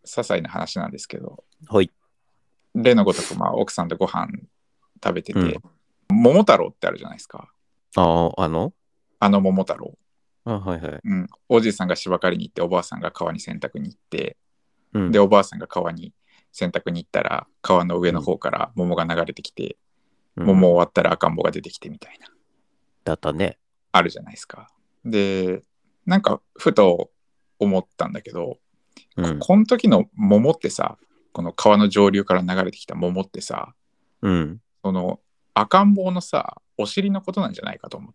些細な話なんですけど、 はい。 例のごとく、奥さんとご飯食べてて、桃太郎ってあるじゃないですか。 あ桃太郎。 はいはい。 おじいさんが芝刈りに行って、おばあさんが川に洗濯に行って、 うん。 で、おばあさんが川に洗濯に行ったら、川の上の方から桃が流れてきて、桃終わったら赤ん坊が出てきてみたいな。 だったね。 あるじゃないですか。で、なんか、ふと思ったんだけど、この時の桃ってさ、この川の上流から流れてきた桃ってさ、その赤ん坊のさ、お尻のことなんじゃないかと思って。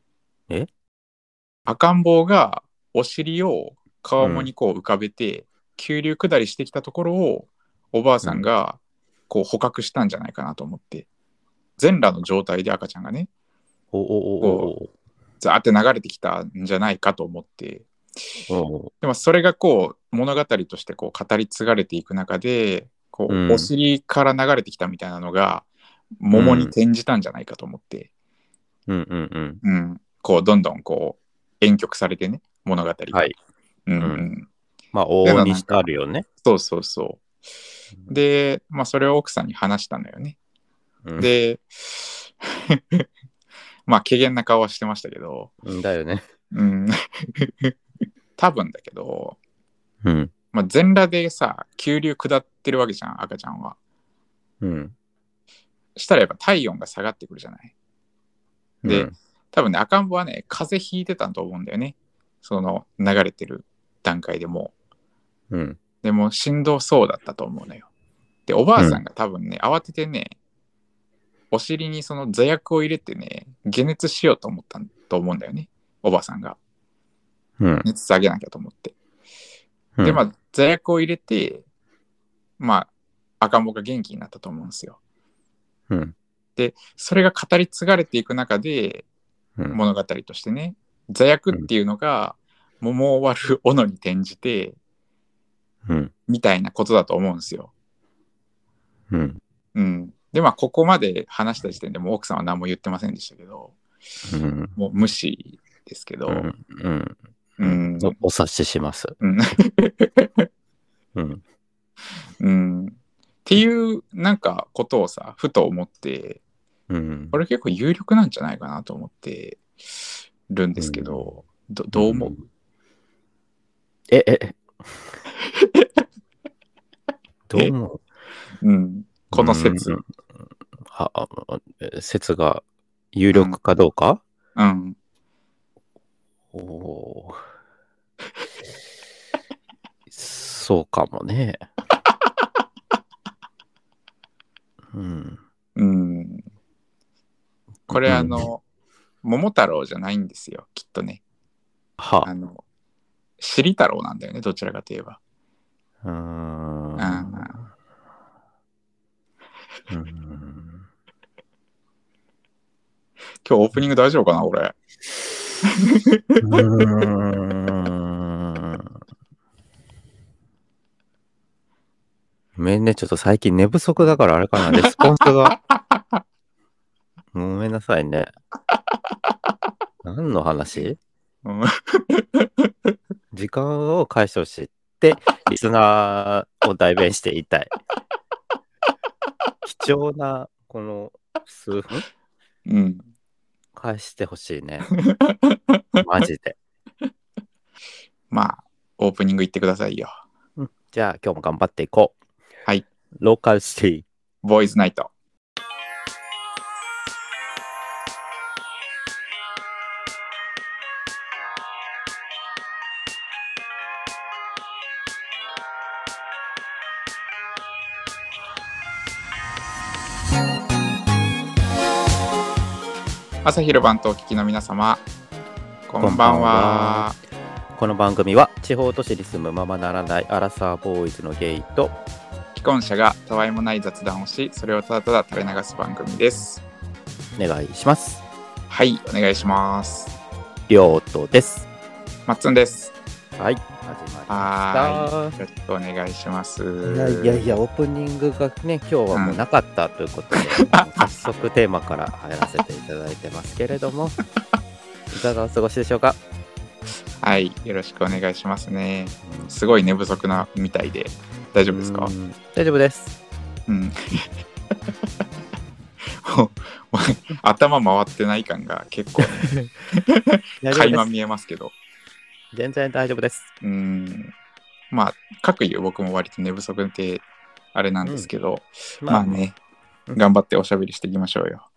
赤ん坊がお尻を川面にこう浮かべて、急流下りしてきたところをおばあさんがこう捕獲したんじゃないかなと思って。全裸の状態で赤ちゃんがね、こうザーって流れてきたんじゃないかと思って。でもそれがこう物語としてこう語り継がれていく中で、こうお尻から流れてきたみたいなのが桃に転じたんじゃないかと思って、こうどんどんこう婉曲されてね、物語が。 はい。まあ往々にしてあるよね。 そうそうそう。で、それを奥さんに話したのよね。で、怪訝な顔はしてましたけど。 だよね。 多分だけど、全裸でさ、急流下ってるわけじゃん、赤ちゃんは。したらやっぱ体温が下がってくるじゃない。で、多分ね、赤ん坊はね、風邪ひいてたと思うんだよね。その流れてる段階でもう。でもしんどそうだったと思うのよ。で、おばあさんが多分ね、慌ててね、お尻にその座薬を入れてね、解熱しようと思ったと思うんだよね、おばあさんが。熱下げなきゃと思って。で、座薬を入れて、赤ん坊が元気になったと思うんですよ。で、それが語り継がれていく中で、物語としてね、座薬っていうのが桃を割る斧に転じて、みたいなことだと思うんですよ。で、ここまで話した時点でもう奥さんは何も言ってませんでしたけど、もう無視ですけど、 お察しします。 っていうなんかことをさ、ふと思って、これ結構有力なんじゃないかなと思ってるんですけど、どう思う？ どう思う？この説。 説が有力かどうか？そうかもね。 これ桃太郎じゃないんですよ、きっとね。尻太郎なんだよね、どちらかといえば。今日オープニング大丈夫かな、俺。 ごめんね、ちょっと最近寝不足だからあれかな、レスポンスが。ごめんなさいね。何の話？時間を返してほしいって、リスナーを代弁して言いたい。貴重な、この数分返してほしいね。マジで。 オープニング行ってくださいよ。 じゃあ今日も頑張っていこう。 はい。 ローカルシティ。 ボーイズナイト。朝昼晩とお聞きの皆様、こんばんは。 この番組は地方都市に住むままならないアラサーボーイズのゲイと既婚者がたわいもない雑談をし、それをただただ垂れ流す番組です。 お願いします。 はい、お願いします。 りょうとです。 まっつんです。 はい、始まりました。 よろしくお願いします。 いや、オープニングがね、今日はもうなかったということで、早速テーマから入らせていただいてますけれども、いかがお過ごしでしょうか？ はい、よろしくお願いしますね。 すごい寝不足なみたいで大丈夫ですか？ 大丈夫です。 頭回ってない感が結構、垣間見えますけど。 全然大丈夫です。 まあ、各言う僕も割と寝不足ってあれなんですけど、まあね、頑張っておしゃべりしていきましょうよ。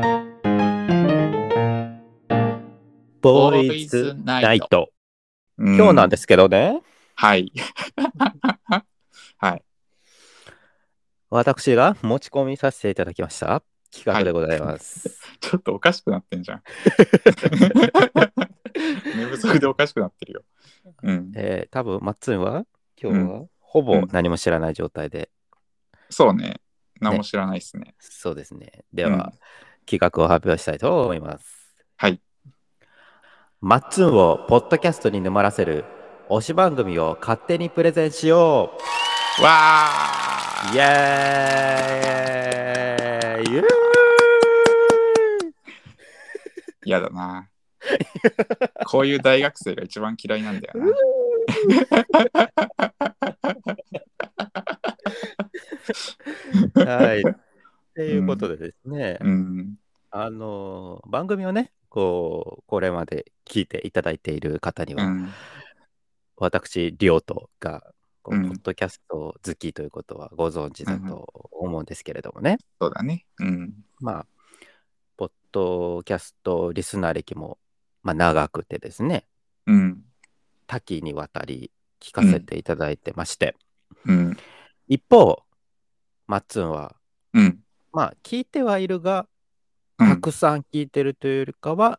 ボーイズナイト。今日なんですけどね。 はい。はい。 私が持ち込みさせていただきました企画でございます。 はい、ちょっとおかしくなってんじゃん。寝不足でおかしくなってるよ。 多分マッツンは今日はほぼ何も知らない状態で。 そうね。何も知らないですね。 そうですね。では、企画を発表したいと思います。 はい。 マッツンをポッドキャストに沼らせる推し番組を勝手にプレゼンしよう。わーイエーイ嫌だな。こういう大学生が一番嫌いなんだよな。はい。ということでですね、番組をね、これまで聞いていただいている方には、私、リオトがポッドキャスト好きということはご存知だと思うんですけれどもね。 そうだね。 まあ、ポッドキャストリスナー歴も、長くてですね、多岐にわたり聞かせていただいてまして、一方、マッツンは、聞いてはいるが、たくさん聞いてるというよりかは、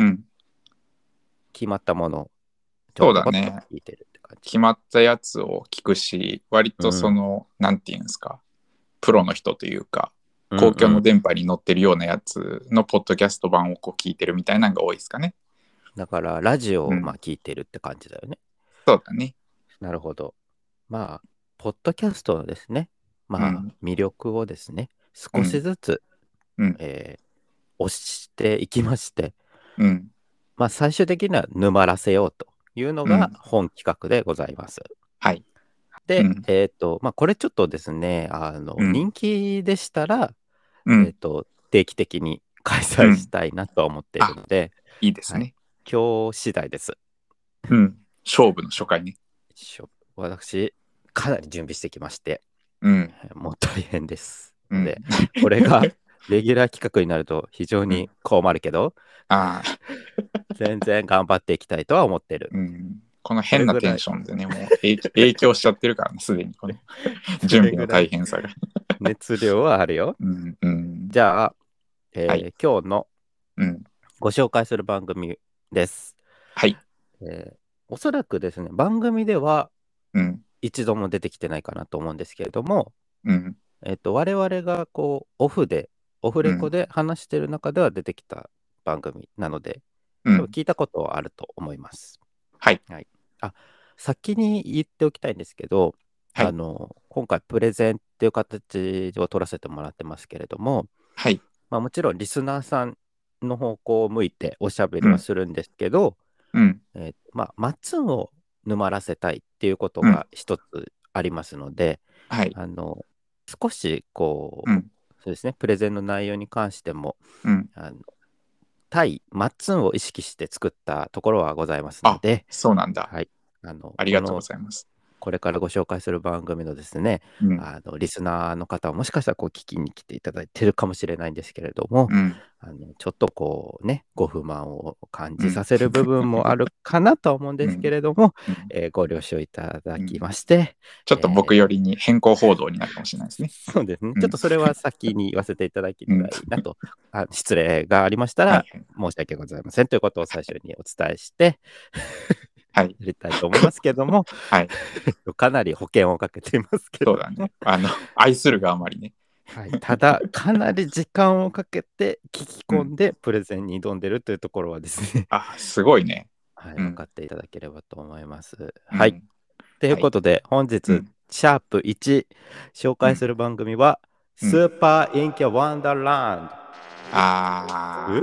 決まったものをそうだね。聞いてるって感じ。決まったやつを聞くし、割となんていうんですか、プロの人というか、公共の電波に乗ってるようなやつのポッドキャスト版を聞いてるみたいなのが多いですかね。 だからラジオを聞いてるって感じだよね。 そうだね。 なるほど。ポッドキャストのですね、魅力をですね、少しずつ、推していきまして、最終的には沼らせようというのが本企画でございます。 はい。 で、これちょっとですね、人気でしたら、定期的に開催したいなと思っているので、 いいですね。 今日次第です。 勝負の初回ね。 私、かなり準備してきまして、もう大変です。 で、 これがレギュラー企画になると非常に困るけど、全然頑張っていきたいとは思ってる。 この変なテンションでね、もう影響しちゃってるからね、すでにこの準備の大変さが。 熱量はあるよ。じゃあ、今日のご紹介する番組です。 はい。 おそらくですね、番組では一度も出てきてないかなと思うんですけれども、我々がオフレコで話してる中では出てきた番組なので、聞いたことはあると思います。 はい。 先に言っておきたいんですけど、今回プレゼンっていう形を取らせてもらってますけれども、もちろんリスナーさんの方向を向いておしゃべりはするんですけど、マッツンを沼らせたいっていうことが一つありますので、少しそうですね、プレゼンの内容に関しても、対マッツンを意識して作ったところはございますので、 そうなんだ。 はい、 ありがとうございます。 これからご紹介する番組のですね、リスナーの方はもしかしたら聞きに来ていただいてるかもしれないんですけれども、ちょっとご不満を感じさせる部分もあるかなと思うんですけれども、ご了承いただきまして、 ちょっと僕よりに変更報道になるかもしれないですね。 そうですね、ちょっとそれは先に言わせていただきたいなと、失礼がありましたら申し訳ございませんということを最初にお伝えしてやりたいと思いますけども、かなり保険をかけていますけど、 そうだね。愛するがあまりね。 ただ、かなり時間をかけて聞き込んでプレゼンに挑んでるというところはですね、 すごいね。 分かっていただければと思います。はい。ということで、本日、シャープ1紹介する番組は、スーパーインキャワンダーラン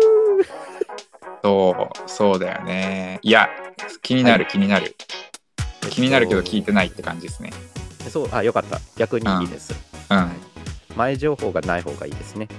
ド。そうだよね。いや、気になる、気になる。 気になるけど聞いてないって感じですね。 そう、よかった。逆にいいです。前情報がない方がいいですね。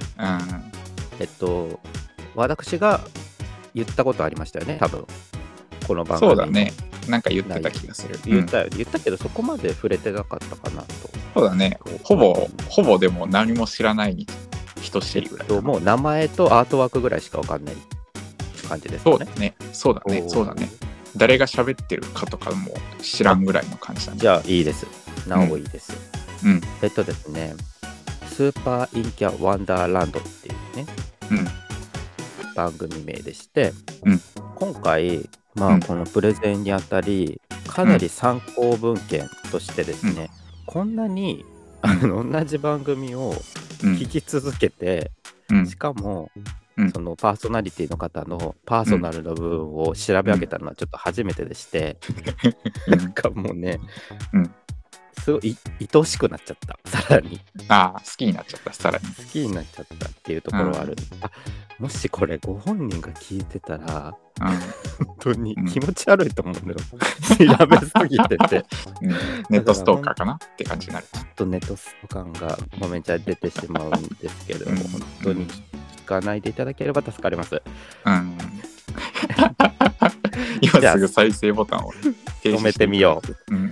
私が言ったことありましたよね、多分。この番組。 そうだね。なんか言ってた気がする。 言ったけど、そこまで触れてなかったかなと。 そうだね。ほぼでも何も知らないに等しいぐらい。 もう名前とアートワークぐらいしか分かんない感じですね。 そうだね。誰が喋ってるかとかも知らんぐらいの感じだね。 じゃあいいです。なおいいです。ですね、スーパーインキャワンダーランドっていうね、番組名でして、今回、このプレゼンにあたり、かなり参考文献としてですね、こんなに同じ番組を聞き続けて、しかも、そのパーソナリティの方のパーソナルの部分を調べ上げたのはちょっと初めてでして、なんかもうね、すごい愛おしくなっちゃった、さらに。 好きになっちゃった、さらに。 好きになっちゃったっていうところはある。もしこれご本人が聞いてたら、本当に気持ち悪いと思うんだよ。調べすぎてて。 ネットストーカーかなって感じになる。 ちょっとネットスト感がごめんちゃ出てしまうんですけれども、本当に聞かないでいただければ助かります。 今すぐ再生ボタンを止めてみよ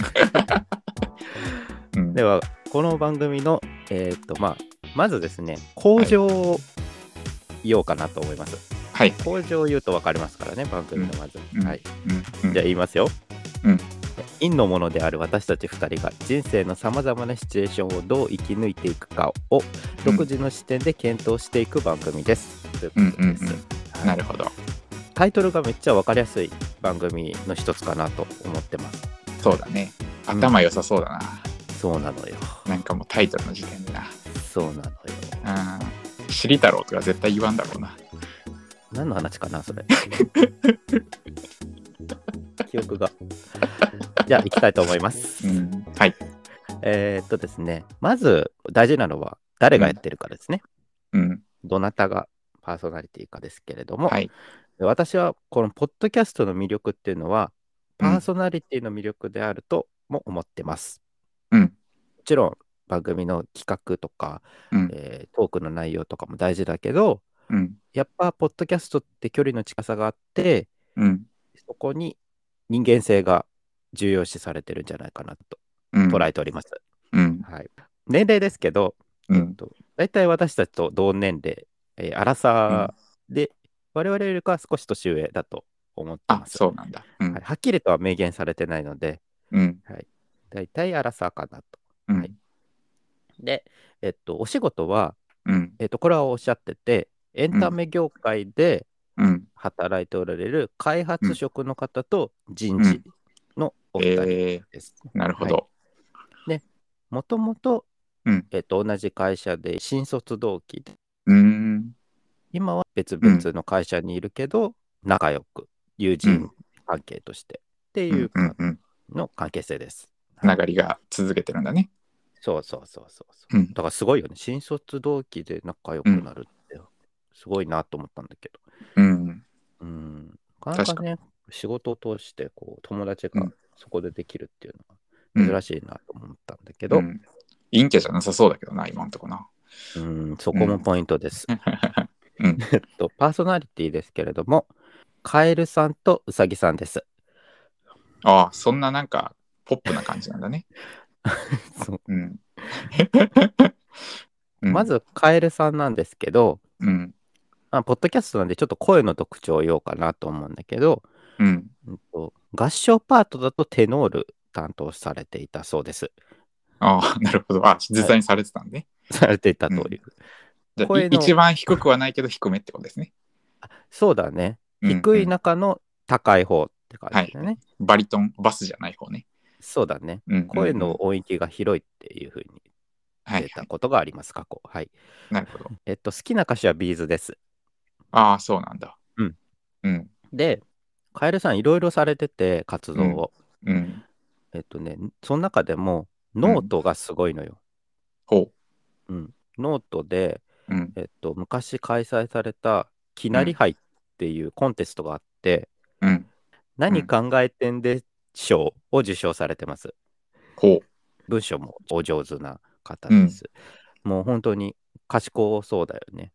う。では、この番組の、まずですね、口上を言おうかなと思います。口上を言うと分かりますからね、番組のまず。じゃあ言いますよ。陰のものである私たち2人が人生のさまざまなシチュエーションをどう生き抜いていくかを独自の視点で検討していく番組です。 なるほど。 タイトルがめっちゃ分かりやすい番組の一つかなと思ってます。 そうだね。頭良さそうだな。 そうなのよ。 なんかもうタイトルの時点でな。 そうなのよ。 知り太郎とか絶対言わんだろうな。 何の話かなそれ。記憶が。じゃあ行きたいと思います。 はい。 ですね、まず大事なのは誰がやってるかですね。どなたがパーソナリティかですけれども、私はこのポッドキャストの魅力っていうのは、パーソナリティの魅力であるとも思ってます。もちろん番組の企画とか、トークの内容とかも大事だけど、やっぱポッドキャストって距離の近さがあって、そこに人間性が重要視されてるんじゃないかなと捉えております。年齢ですけど、だいたい私たちと同年齢、アラサーで、我々よりかは少し年上だと思ってます。 そうなんだ。 はっきりとは明言されてないので、だいたいアラサーかなと。で、お仕事は、これはおっしゃってて、エンタメ業界で働いておられる開発職の方と人事のお二人です。 なるほど。 で、もともと同じ会社で新卒同期で、今は別々の会社にいるけど、仲良く友人関係としてっていうの関係性です。 つながりが続けてるんだね。 そう。だからすごいよね。新卒同期で仲良くなるってすごいなと思ったんだけど。なかなかね、仕事を通してこう友達がそこでできるっていうのは珍しいなと思ったんだけど。 陰キャじゃなさそうだけどな、今んとこな。 そこもポイントです。パーソナリティですけれども、カエルさんとウサギさんです。 そんななんかポップな感じなんだね。 まずカエルさんなんですけど、ポッドキャストなんでちょっと声の特徴を言おうかなと思うんだけど、合唱パートだとテノール担当されていたそうです。 なるほど。実際にされてたんで、 されていた通り。 一番低くはないけど低めってことですね。 そうだね。低い中の高い方って感じだね。 バリトン、バスじゃない方ね。 そうだね。声の音域が広いっていうふうに出たことがあります、過去。 なるほど。 好きな歌詞はビーズです。 そうなんだ。 で、カエルさんいろいろされてて、活動を。その中でも、ノートがすごいのよ。ノートで、昔開催されたきなり杯っていうコンテストがあって、何考えてんで賞を受賞されてます。 ほう。 文章もお上手な方です。もう本当に賢そうだよね。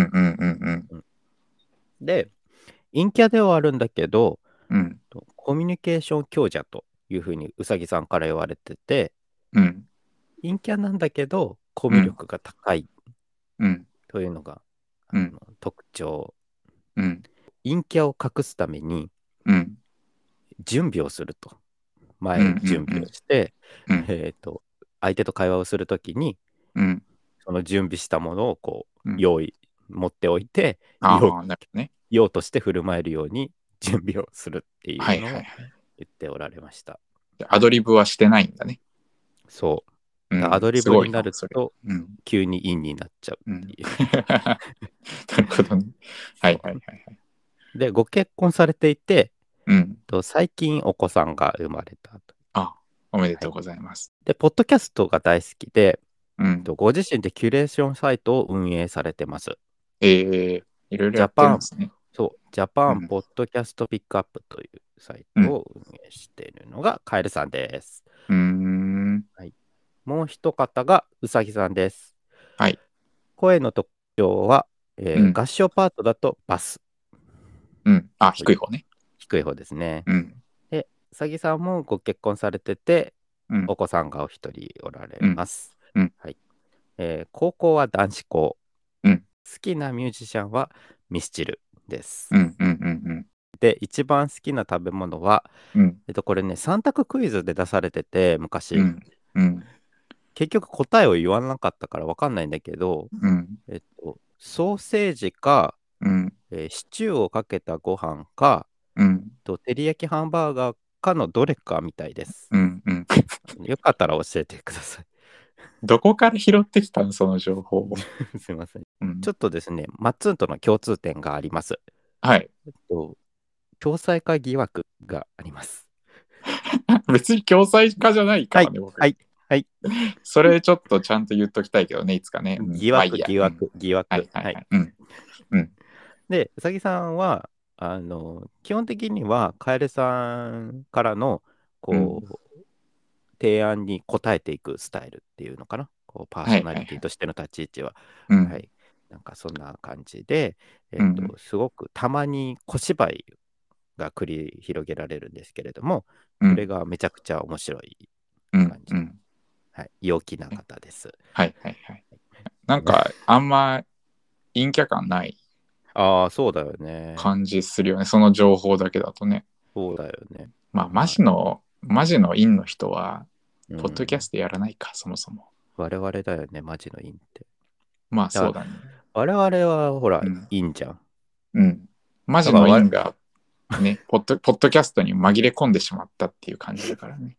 で、陰キャではあるんだけど、コミュニケーション強者というふうにうさぎさんから言われてて、陰キャなんだけどコミュ力が高いというのが、特徴。陰キャを隠すために準備をすると。前に準備をして、相手と会話をするときに、その準備したものをこう、持っておいて、用として振る舞えるように準備をするっていうのを言っておられました。 アドリブはしてないんだね。 そう。アドリブになると、急に陰になっちゃうっていう。 なるほどね。はいはいはい。 で、ご結婚されていて、最近お子さんが生まれたと。 おめでとうございます。 で、ポッドキャストが大好きで、ご自身でキュレーションサイトを運営されてます。 いろいろやってるんですね。 そう、ジャパンポッドキャストピックアップというサイトを運営しているのがカエルさんです。はい、もう一方がうさぎさんです。 はい、 声の特徴は、合唱パートだとバス。 低い方ね。 低い方ですね。で、うさぎさんもご結婚されてて、お子さんがお一人おられます。はい、高校は男子校。好きなミュージシャンはミスチルです。で、一番好きな食べ物は、これね、3択クイズで出されてて、昔。結局答えを言わなかったから分かんないんだけど、ソーセージか、シチューをかけたご飯か、照り焼きハンバーガーかのどれかみたいです。よかったら教えてください。 どこから拾ってきたのその情報を。 すいません。ちょっとですね、マッツンとの共通点があります。 はい。 共済化疑惑があります。 別に共済化じゃないからね、僕。 はい。 それちょっとちゃんと言っときたいけどね、いつかね。 疑惑。はい。で、うさぎさんは、基本的には、カエルさんからの、提案に応えていくスタイルっていうのかな。パーソナリティとしての立ち位置は。はい。なんかそんな感じで、すごくたまに小芝居が繰り広げられるんですけれども、それがめちゃくちゃ面白い感じ。はい。陽気な方です。 なんか、あんま陰キャ感ない。 そうだよね。 感じするよね。その情報だけだとね。 そうだよね。 マジの陰の人は、ポッドキャストやらないか、そもそも。 我々だよね、マジの陰って。 そうだね。 我々は、ほら、陰じゃん。 マジの陰が、ね、ポッドキャストに紛れ込んでしまったっていう感じだからね。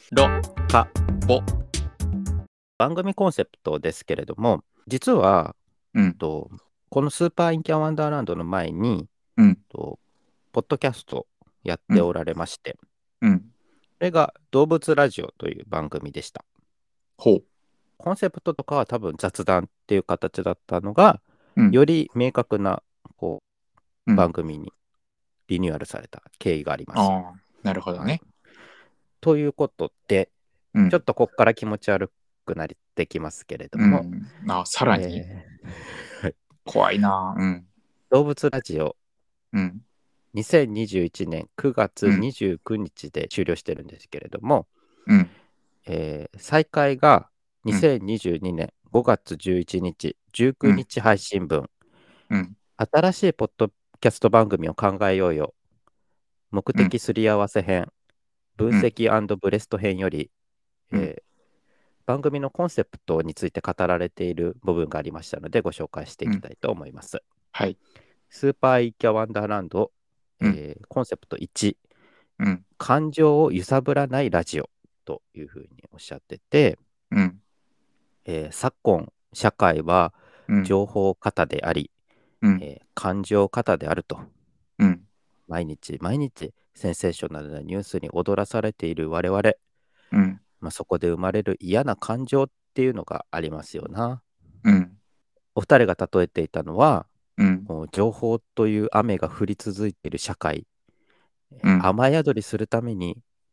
番組コンセプトですけれども、実は、このスーパーインキャワンダーランドの前に、ポッドキャストやっておられまして、それが動物ラジオという番組でした。コンセプトとかは多分雑談っていう形だったのが、より明確な番組にリニューアルされた経緯があります。 なるほどね。 ということで、ちょっとここから気持ち悪くなってきますけれども。 さらに。怖いな。 動物ラジオ。2021年9月29日で終了してるんですけれども、再開が2022年5月11日、19日配信分、新しいポッドキャスト番組を考えようよ。目的すり合わせ編、分析&ブレスト編より、番組のコンセプトについて語られている部分がありましたので、ご紹介していきたいと思います。スーパーイキャワンダーランド、コンセプト1、感情を揺さぶらないラジオというふうにおっしゃってて、昨今、社会は情報過多であり、感情過多であると、毎日毎日センセーショナルなニュースに踊らされている我々、そこで生まれる嫌な感情っていうのがありますよな。お二人が例えていたのは、もう情報という雨が降り続いている社会、雨宿りするために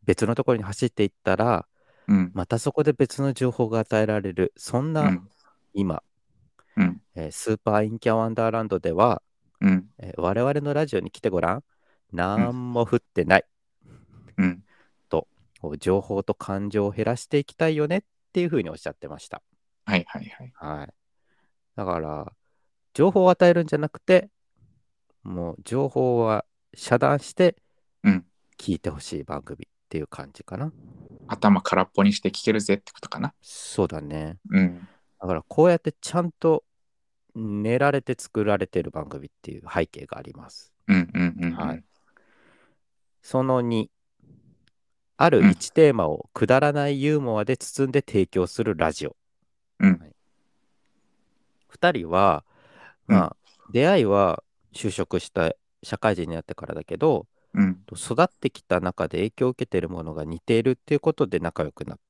別のところに走っていったら、またそこで別の情報が与えられる。そんな今、スーパーインキャワンダーランドでは、我々のラジオに来てごらん。なんも降ってない。と、情報と感情を減らしていきたいよねっていうふうにおっしゃってました。 はいはいはい。 はい。だから、情報を与えるんじゃなくて、もう情報は遮断して聞いてほしい番組っていう感じかな。 頭空っぽにして聞けるぜってことかな。 そうだね。だからこうやってちゃんと練られて作られてる番組っていう背景があります。はい。その2、ある1テーマをくだらないユーモアで包んで提供するラジオ。2人は、まあ、出会いは就職した社会人になってからだけど、育ってきた中で影響を受けているものが似ているっていうことで仲良くなった。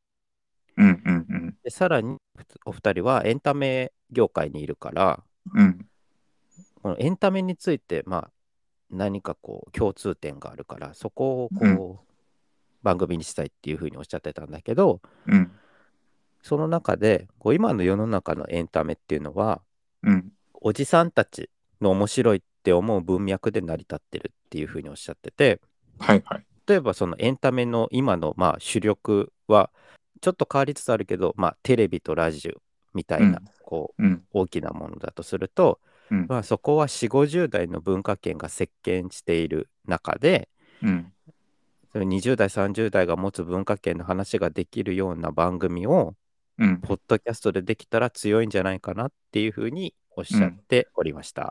でさらにお二人はエンタメ業界にいるから、このエンタメについて、まあ、何かこう共通点があるから、そこをこう、番組にしたいっていうふうにおっしゃってたんだけど、その中でこう今の世の中のエンタメっていうのは、おじさんたちの面白いって思う文脈で成り立ってるっていうふうにおっしゃってて、例えばそのエンタメの今のまあ主力はちょっと変わりつつあるけど、まあ、テレビとラジオみたいなこう大きなものだとすると、まあ、そこは4、50代の文化圏が席巻している中で、それ20代、30代が持つ文化圏の話ができるような番組を、ポッドキャストでできたら強いんじゃないかなっていうふうにおっしゃっておりました。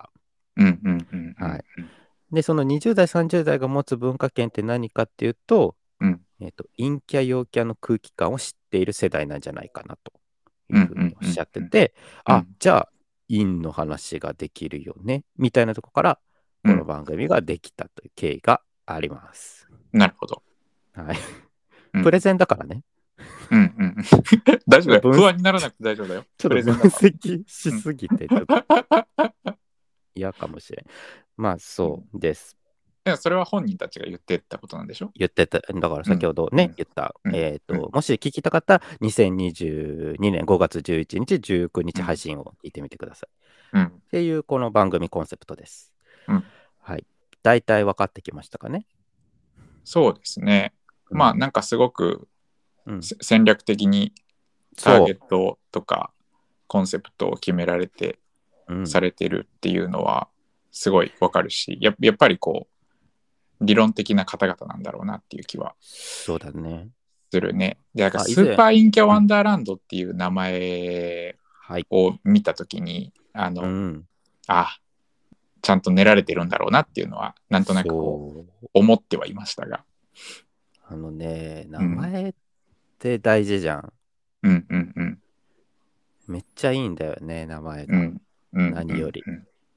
で、その20代、30代が持つ文化圏って何かっていうと、陰キャ陽キャの空気感を知っている世代なんじゃないかなというふうにおっしゃってて、じゃあ陰の話ができるよねみたいなところからこの番組ができたという経緯があります。 なるほど。 はい。プレゼンだからね。 大丈夫だよ。不安にならなくて大丈夫だよ。 ちょっと分析しすぎてちょっと嫌かもしれん。まあそうです。 それは本人たちが言ってたことなんでしょ？ 言ってた。だから先ほどね、言った。もし聞きたかったら、2022年5月11日、19日配信を聞いてみてください。っていう、この番組コンセプトです。はい。大体分かってきましたかね？ そうですね。まあ、なんかすごく戦略的にターゲットとかコンセプトを決められてされてるっていうのはすごい分かるし、やっぱりこう、理論的な方々なんだろうなっていう気はそうだねするね。で、なんかスーパーインキャワンダーランドっていう名前を見たときに、ちゃんと練られてるんだろうなっていうのはなんとなくこう思ってはいましたが、 名前って大事じゃん。めっちゃいいんだよね、名前が。何より。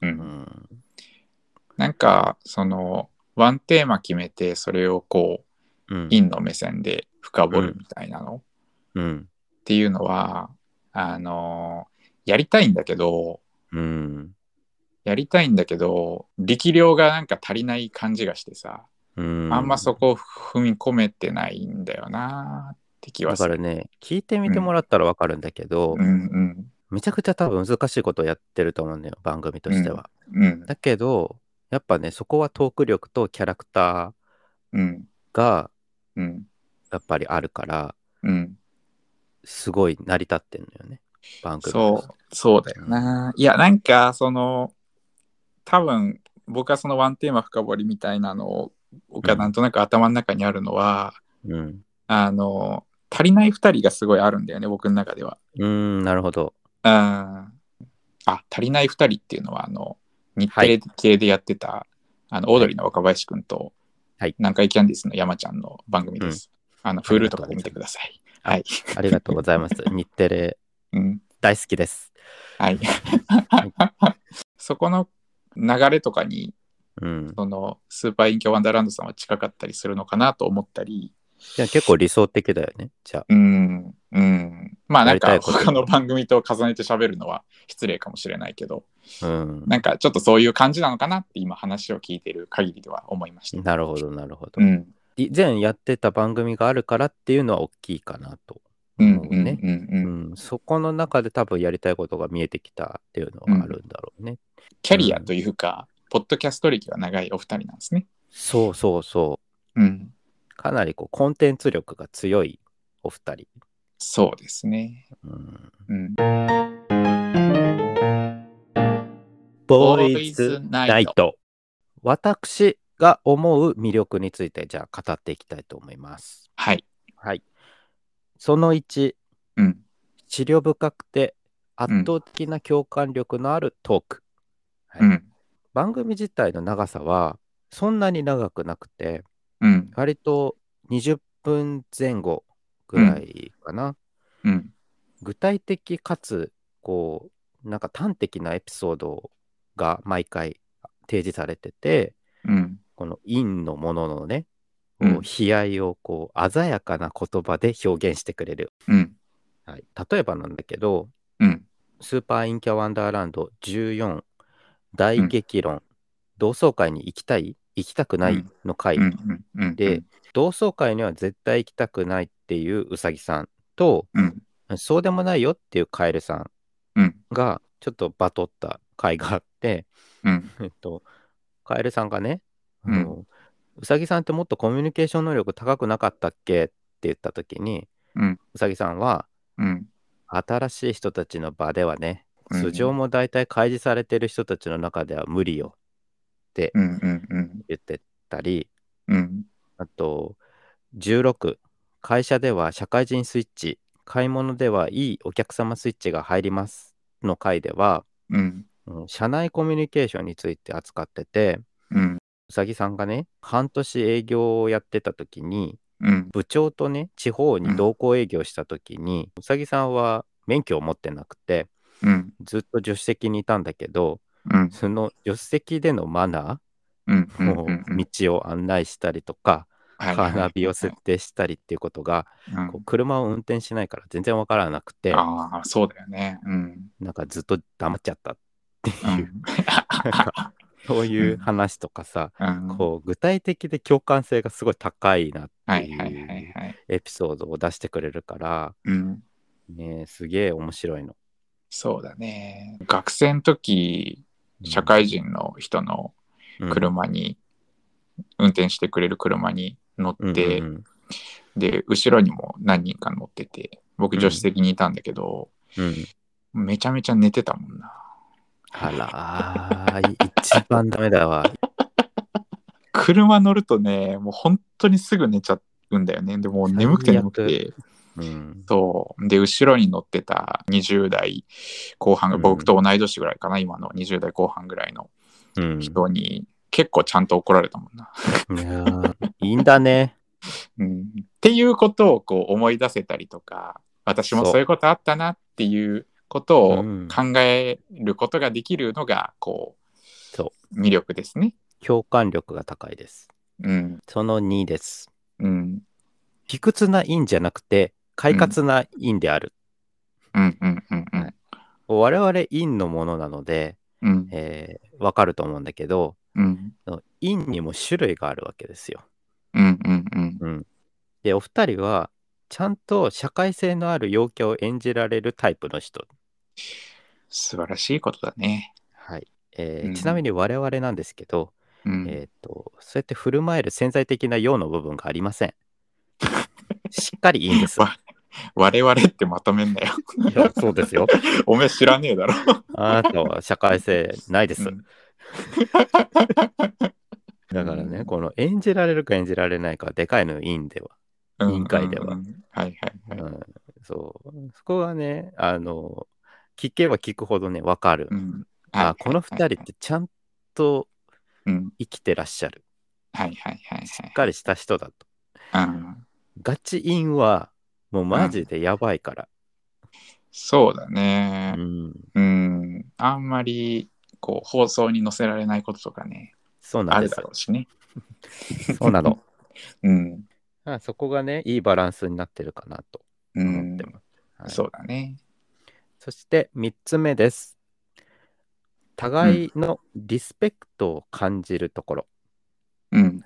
なんかそのワンテーマ決めてそれをこう、陰の目線で深掘るみたいなの、っていうのはやりたいんだけど、力量がなんか足りない感じがしてさ、あんまそこを踏み込めてないんだよなって気はする。 だからね、聞いてみてもらったら分かるんだけど、めちゃくちゃ多分難しいことをやってると思うんだよ、番組としては。だけど、やっぱね、そこはトーク力とキャラクターがやっぱりあるから、すごい成り立ってんのよね、番組。 そうだよな。いや、なんかその多分僕はそのワンテーマ深掘りみたいなのがなんとなく頭の中にあるのは、足りない2人がすごいあるんだよね、僕の中では。 なるほど。 足りない2人っていうのは日テレ系でやってた、オードリーの若林くんと、南海キャンディーズの山ちゃんの番組です。Hulu とかで見てください。はい。 ありがとうございます。日テレ、大好きです。 はい。そこの流れとかに、そのスーパーインキャワンダーランドさんは近かったりするのかなと思ったり。 いや、結構理想的だよね、じゃあ。 まあなんか他の番組と重ねて喋るのは失礼かもしれないけど、なんかちょっとそういう感じなのかなって今話を聞いてる限りでは思いました。 なるほど、なるほど。 以前やってた番組があるからっていうのは大きいかなと思うね。そこの中で多分やりたいことが見えてきたっていうのはあるんだろうね。 キャリアというか、ポッドキャスト歴が長いお二人なんですね。 そうそうそう。かなりこうコンテンツ力が強いお二人。 そうですね。 ボーイズナイト。私が思う魅力についてじゃあ語っていきたいと思います。 はい。 はい。その1、思慮深くて圧倒的な共感力のあるトーク。番組自体の長さはそんなに長くなくて、割と20分前後ぐらいかな。具体的かつこうなんか端的なエピソードが毎回提示されてて、この陰のもののね、悲哀をこう鮮やかな言葉で表現してくれる。はい、例えばなんだけど、スーパーインキャワンダーランド14大激論、同窓会に行きたい行きたくないの回で、同窓会には絶対行きたくないっていううさぎさんと、そうでもないよっていうカエルさんがちょっとバトった回があって、カエルさんがね、うさぎさんってもっとコミュニケーション能力高くなかったっけって言った時に、うさぎさんは、新しい人たちの場ではね、素性も大体開示されてる人たちの中では無理よって言ってたり、あと16、会社では社会人スイッチ、買い物ではいいお客様スイッチが入りますの回では、社内コミュニケーションについて扱ってて、うさぎさんがね、半年営業をやってた時に、部長とね、地方に同行営業した時に、うさぎさんは免許を持ってなくて、ずっと助手席にいたんだけど、その助手席でのマナー、道を案内したりとか、カーナビを設定したりっていうことが、こう車を運転しないから全然わからなくて、 ああ、そうだよね。 なんかずっと黙っちゃったっていう、なんかそういう話とかさ、こう具体的で共感性がすごい高いなっていうエピソードを出してくれるから、ね、すげえ面白いの。 そうだね。学生の時、社会人の人の車に、運転してくれる車に乗って、で、後ろにも何人か乗ってて、僕助手席にいたんだけど、めちゃめちゃ寝てたもんな。 あらー、一番ダメだわ。 車乗るとね、もう本当にすぐ寝ちゃうんだよね。でも眠くて眠くて。そう。で、後ろに乗ってた20代後半、僕と同い年ぐらいかな、今の20代後半ぐらいの人に、結構ちゃんと怒られたもんな。 いやいいんだね。 っていうことをこう思い出せたりとか、私もそういうことあったなっていうことを考えることができるのが、こう、魅力ですね。 共感力が高いです。その2です。卑屈な陰じゃなくて、快活な陰である。我々陰のものなので、わかると思うんだけど、陰にも種類があるわけですよ。で、お二人は、ちゃんと社会性のある陽キャを演じられるタイプの人。 素晴らしいことだね。 はい。ちなみに我々なんですけど、そうやって振る舞える潜在的な陽の部分がありません。しっかりいいんです。 我々ってまとめんなよ。 いや、そうですよ。 おめえ知らねえだろ。 あなたは社会性ないです。だからね、この演じられるか演じられないかはでかいのよ、委員会では。そう。そこはね、聞けば聞くほどね、わかる。この二人ってちゃんと生きてらっしゃる。しっかりした人だと。ガチインは、もうマジでやばいから。 そうだね。あんまり、こう、放送に載せられないこととかね。 そうなんです。 あるだろうしね。 そうなの。そこがね、いいバランスになってるかなと思ってます。 そうだね。 そして3つ目です。互いのリスペクトを感じるところ。こ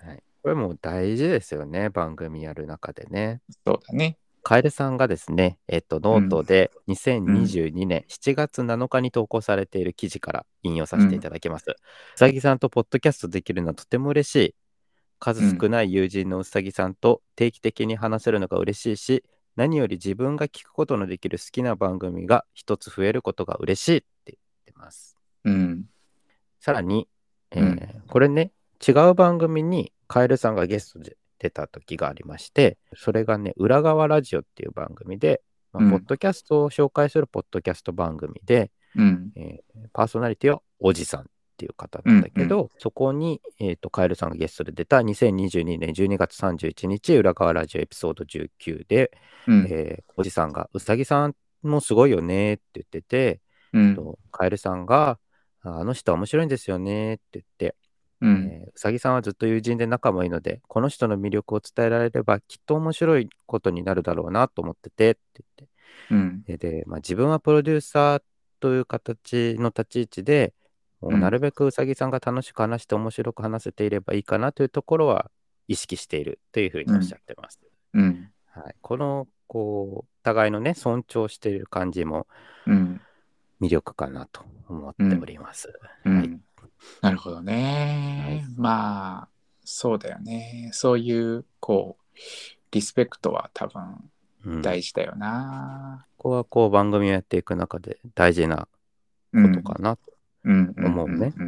これも大事ですよね、番組やる中でね。 そうだね。 カエルさんがですね、ノートで2022年7月7日に投稿されている記事から引用させていただきます。うさぎさんとポッドキャストできるのはとても嬉しい。数少ない友人のうさぎさんと定期的に話せるのが嬉しいし、何より自分が聞くことのできる好きな番組が一つ増えることが嬉しいって言ってます。さらに、これね、違う番組にカエルさんがゲストで出た時がありまして、それがね、裏側ラジオっていう番組で、ポッドキャストを紹介するポッドキャスト番組で、パーソナリティはおじさんっていう方なんだけど、そこに、カエルさんがゲストで出た2022年12月31日、裏側ラジオエピソード19で、おじさんが、うさぎさんもすごいよねって言ってて、カエルさんが、あの人は面白いんですよねって言って、うさぎさんはずっと友人で仲もいいので、この人の魅力を伝えられればきっと面白いことになるだろうなと思っててって言って、で、自分はプロデューサーという形の立ち位置で、もうなるべくうさぎさんが楽しく話して面白く話せていればいいかなというところは意識しているというふうにおっしゃってます。はい、この互いのね尊重している感じも魅力かなと思っております。はい。 なるほどね。まあそうだよね。そういうリスペクトは多分大事だよな。 ここは番組をやっていく中で大事なことかなと思うね。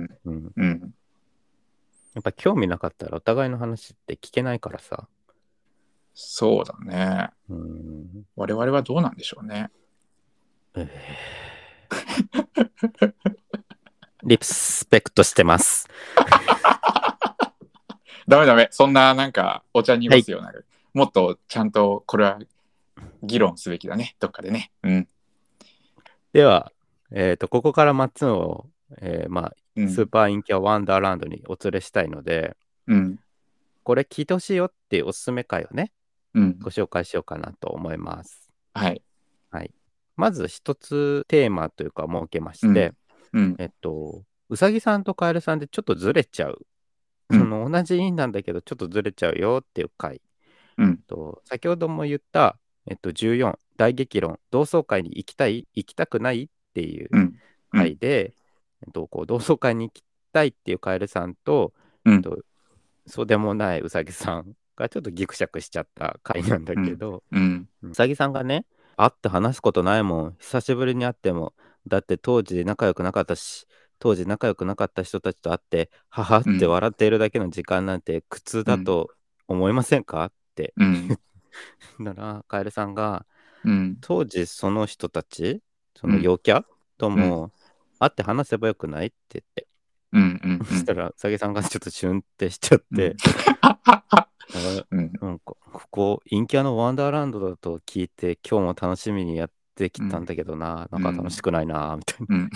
やっぱ興味なかったらお互いの話って聞けないからさ。 そうだね。我々はどうなんでしょうね。 リスペクトしてます。 ダメ。そんななんかお茶濁すような、もっとちゃんとこれは議論すべきだね。どっかでね。 では、ここから松尾を、スーパーインキャワンダーランドにお連れしたいので、これ聞いてほしいよっていうおすすめ回をね、ご紹介しようかなと思います。 はい。 まず一つテーマというか設けまして、うさぎさんとカエルさんでちょっとずれちゃう。同じ因なんだけどちょっとずれちゃうよっていう回。先ほども言った、14大激論同窓会に行きたい行きたくないっていう回で、同窓会に行きたいっていうカエルさんと、そうでもないうさぎさんがちょっとギクシャクしちゃった回なんだけど、うさぎさんがね、会って話すことないもん、久しぶりに会っても、だって当時仲良くなかったし、当時仲良くなかった人たちと会ってはって笑っているだけの時間なんて苦痛だと思いませんかって、だからカエルさんが、当時その人たちその陽キャとも会って話せばよくないって言って、そしたらうさぎさんがちょっとシュンってしちゃって、なんかここ陰キャのワンダーランドだと聞いて今日も楽しみにやってきたんだけどな、なんか楽しくないなみたいな。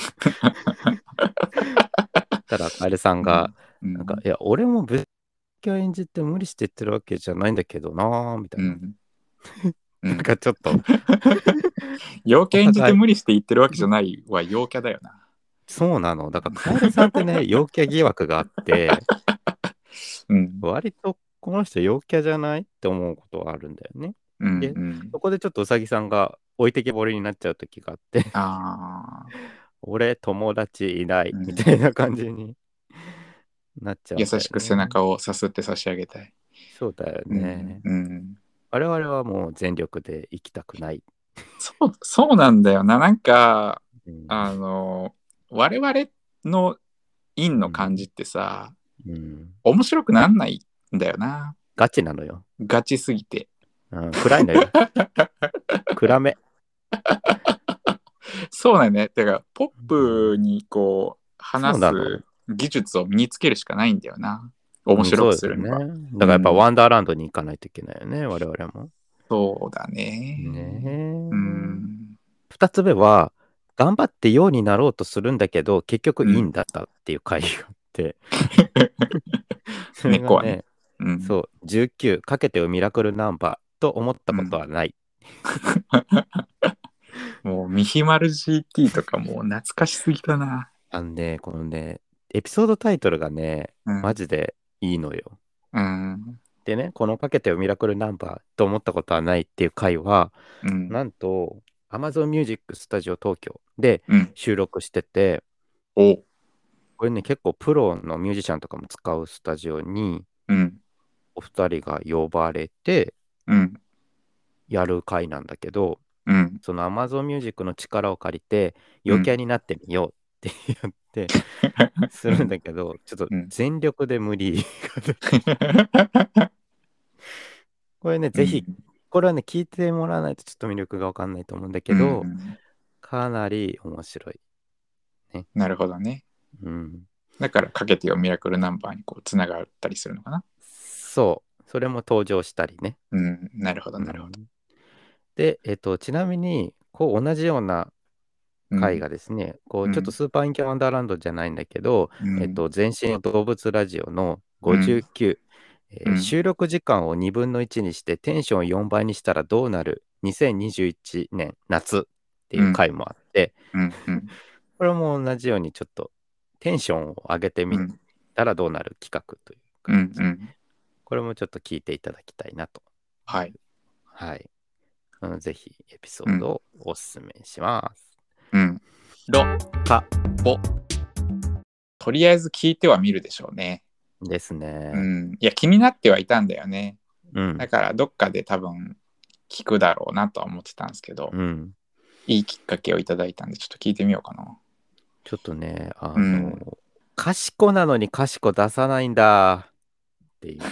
ただカエルさんがなんか、いや俺も別に演じて無理して言ってるわけじゃないんだけどなみたいな。なんかちょっと陽キャ演じて無理して言ってるわけじゃないは陽キャだよな。 そうなの。だからカエルさんってね陽キャ疑惑があって割とこの人陽キャじゃないって思うことはあるんだよね。でそこでちょっとうさぎさんが置いてけぼりになっちゃう時があって俺友達いないみたいな感じになっちゃう、 優しく背中をさすって差し上げたい。 そうだよね。我々はもう全力で行きたくない。 そうなんだよな。なんか、我々の陰の感じってさ、面白くなんないんだよな。 ガチなのよ。 ガチすぎて。 暗いのよ。暗め。 そうだよね。てかポップに話す技術を身につけるしかないんだよな。面白くするには。 だからやっぱワンダーランドに行かないといけないよね、我々も。 そうだね。 2つ目は頑張ってようになろうとするんだけど結局いいんだったっていう回があって、それがね、そう19かけてよミラクルナンバーと思ったことはない。 もうミヒマル GT とかもう懐かしすぎだな。 このねエピソードタイトルがね、マジでいいのよ。 うん。 でね、このかけてよミラクルナンバーと思ったことはないっていう回は、なんと Amazon Music Studio 東京で収録してて、これね、結構プロのミュージシャンとかも使うスタジオに、お二人が呼ばれて、やる回なんだけど、その Amazon Music の力を借りて、陽キャになってみようって言ってするんだけど、ちょっと全力で無理。これね、ぜひ、これはね、聞いてもらわないとちょっと魅力がわかんないと思うんだけど、かなり面白い。 ね、なるほどね。だからかけてよミラクルナンバーにこうつながったりするのかな。 そう。それも登場したりね。 なるほど、なるほど。 で、ちなみに、こう同じような回がですね、こうちょっとスーパーインキャワンダーランドじゃないんだけど、全身の動物ラジオの59、収録時間を2分の1にしてテンションを4倍にしたらどうなる2021年夏っていう回もあって、これも同じようにちょっとテンションを上げてみたらどうなる企画という感じ、これもちょっと聞いていただきたいなと。 はい。 はい。ぜひエピソードをお勧めします。 ロ、カ、ボ。とりあえず聞いてはみるでしょうね。 ですね。 いや、気になってはいたんだよね。だからどっかで多分聞くだろうなとは思ってたんですけど、いいきっかけをいただいたんで、ちょっと聞いてみようかな。 ちょっとね、賢なのに賢出さないんだっていう。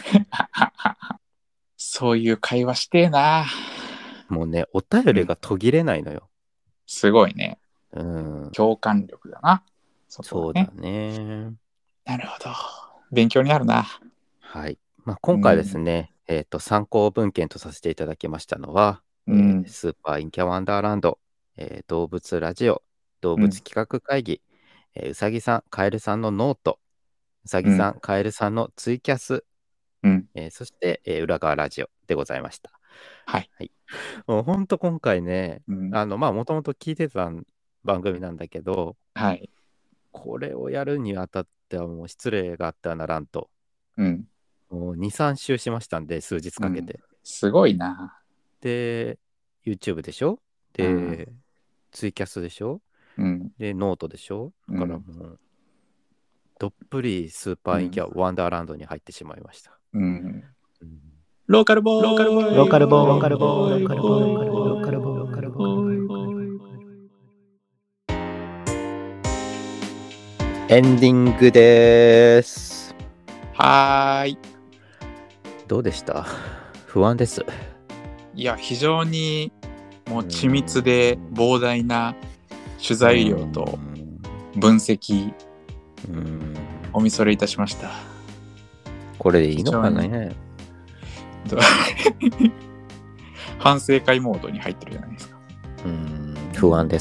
そういう会話してえな。 もうね、お便りが途切れないのよ。 すごいね。共感力だな。 そうだね。 なるほど。勉強になるな。 はい。まあ、今回ですね、参考文献とさせていただきましたのは、スーパーインキャワンダーランド、動物ラジオ、動物企画会議、うさぎさん、カエルさんのノート、うさぎさん、カエルさんのツイキャス、そして、裏側ラジオでございました。 はい。 もう本当今回ね、まあ、もともと聞いてた番組なんだけど、これをやるにあたってはもう失礼があってはならんと。もう2、3週しましたんで、数日かけて。 すごいな。 で、YouTube でしょ？で、ツイキャスでしょ？で、ノートでしょ？だからもう、どっぷりスーパーインキャワンダーランドに入ってしまいました。 ローカルボーイ、ローカルボーイ、 ローカルボーイ、ローカルボーイ、ローカルボーイ、ローカルボーイ、ローカルボーイ。エンディングです。 はーい。 どうでした？不安です。 いや、非常にもう緻密で膨大な取材量と分析お見それいたしました。 これでいいのかね。 反省会モードに入ってるじゃないですか。 不安です。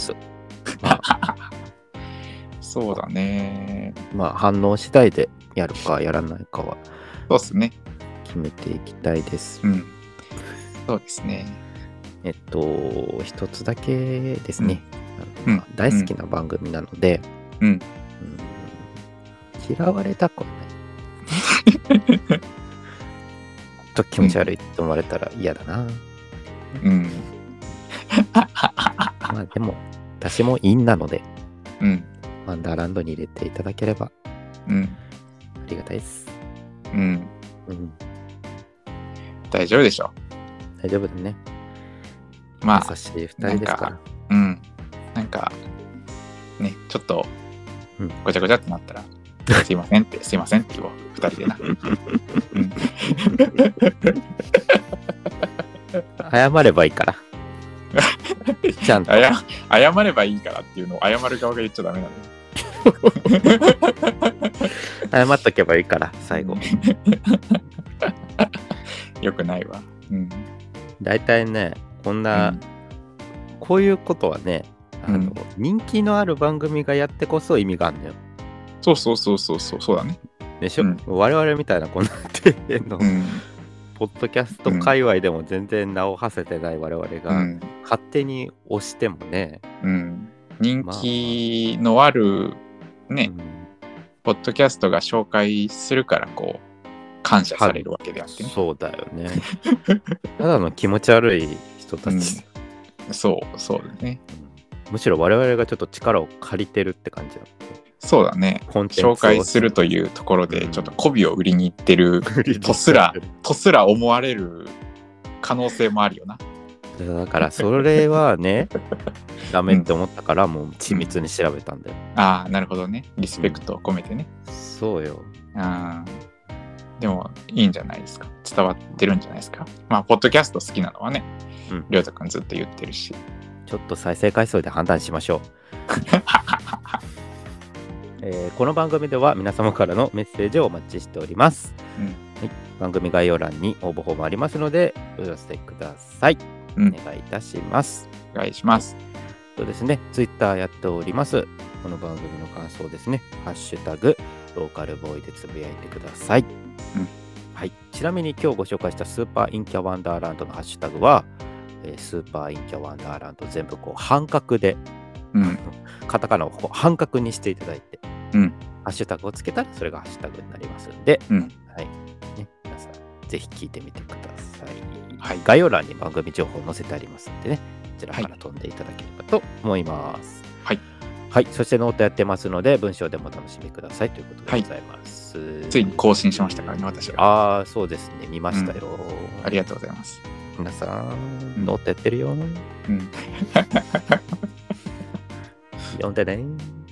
そうだね。 まあ反応次第でやるかやらないかはそうですね。 決めていきたいです。 そうですね。 一つだけですね。大好きな番組なので、嫌われたくはない。と気持ち悪いと思われたら嫌だな。まあでも私も陰なので、ワンダーランドに入れていただければありがたいです。 大丈夫でしょう。大丈夫だね。 まあ優しい2人ですから。 なんかね、ちょっとごちゃごちゃってなったら、すいませんって言おう、2人でな。 謝ればいいから。ちゃんと謝ればいいからっていうのを謝る側が言っちゃダメなの。 謝っとけばいいから最後。 よくないわ。 だいたいね、こんな、こういうことはね、人気のある番組がやってこそ意味があるのよ。 そうだね。 でしょ、我々みたいなこんな底辺の、ポッドキャスト界隈でも全然名を馳せてない我々が、勝手に押してもね、 人気のあるね、ポッドキャストが紹介するからこう感謝されるわけであってね。 そうだよね。ただの気持ち悪い人たち。 そうだね、 むしろ我々がちょっと力を借りてるって感じだ。 そうだね。紹介するというところでちょっと媚びを売りに行ってるとすら思われる可能性もあるよな。 だからそれはねダメって思ったからもう緻密に調べたんだよ。 ああ、なるほどね。リスペクトを込めてね。 そうよ。 でもいいんじゃないですか。伝わってるんじゃないですか。まあポッドキャスト好きなのはね、りょうたくんずっと言ってるし。 ちょっと再生回数で判断しましょう。この番組では皆様からのメッセージをお待ちしております。はい、番組概要欄に応募フォームありますのでお寄せください。お願いいたします。 お願いします。 そうですね、ツイッターやっております。この番組の感想ですね、ハッシュタグローカルボーイでつぶやいてください。はい、ちなみに今日ご紹介したスーパーインキャワンダーランドのハッシュタグは、スーパーインキャワンダーランド全部こう半角で、カタカナを半角にしていただいて、ハッシュタグをつけたらそれがハッシュタグになりますので、はいね、皆さんぜひ聞いてみてください。はい、概要欄に番組情報を載せてありますのでね、こちらから飛んでいただければと思います。はい。はい、そしてノートやってますので、文章でもお楽しみくださいということでございます。 ついに更新しましたからね、私は。 そうですね、見ましたよ。 ありがとうございます。 皆さん、ノートやってるよ。読んでね。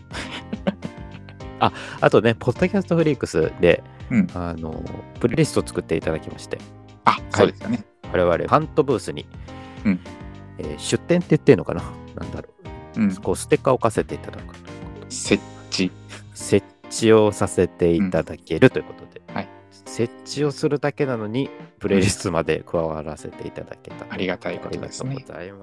あとね、ポッドキャストフリークスで、プレイリストを作っていただきまして。 そうですよね。 我々、ファントブースに、出店って言ってんのかな、なんだろう。こうステッカーを置かせていただく。 設置をさせていただけるということで。設置をするだけなのに、プレイリストまで加わらせていただけた。 ありがたいことですね。 ありがとうございます。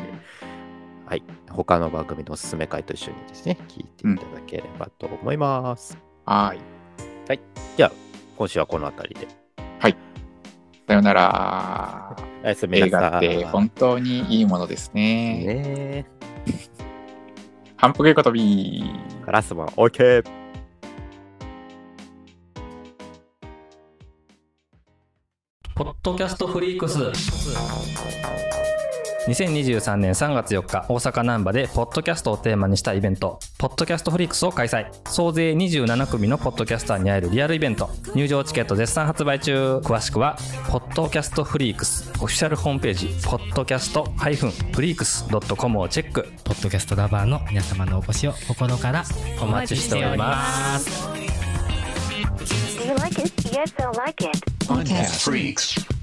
はい。他の番組のおすすめ回と一緒にですね、聞いていただければと思います。 はい。 じゃあ、今週はこのあたりで。 はい。さよなら。 おやすみなさい。 映画って本当にいいものですね。反復横跳び。 ガラスも OK。 ポッドキャストフリークス。2023年3月4日、大阪難波でポッドキャストをテーマにしたイベント、ポッドキャストフリークスを開催。総勢27組のポッドキャスターに会えるリアルイベント。入場チケット絶賛発売中。詳しくは、ポッドキャストフリークスオフィシャルホームページ、podcast-freaks.com をチェック。 ポッドキャストラバーの皆様のお越しを心からお待ちしております。 Do you like it? Yes, I like it. Podcast Freaks.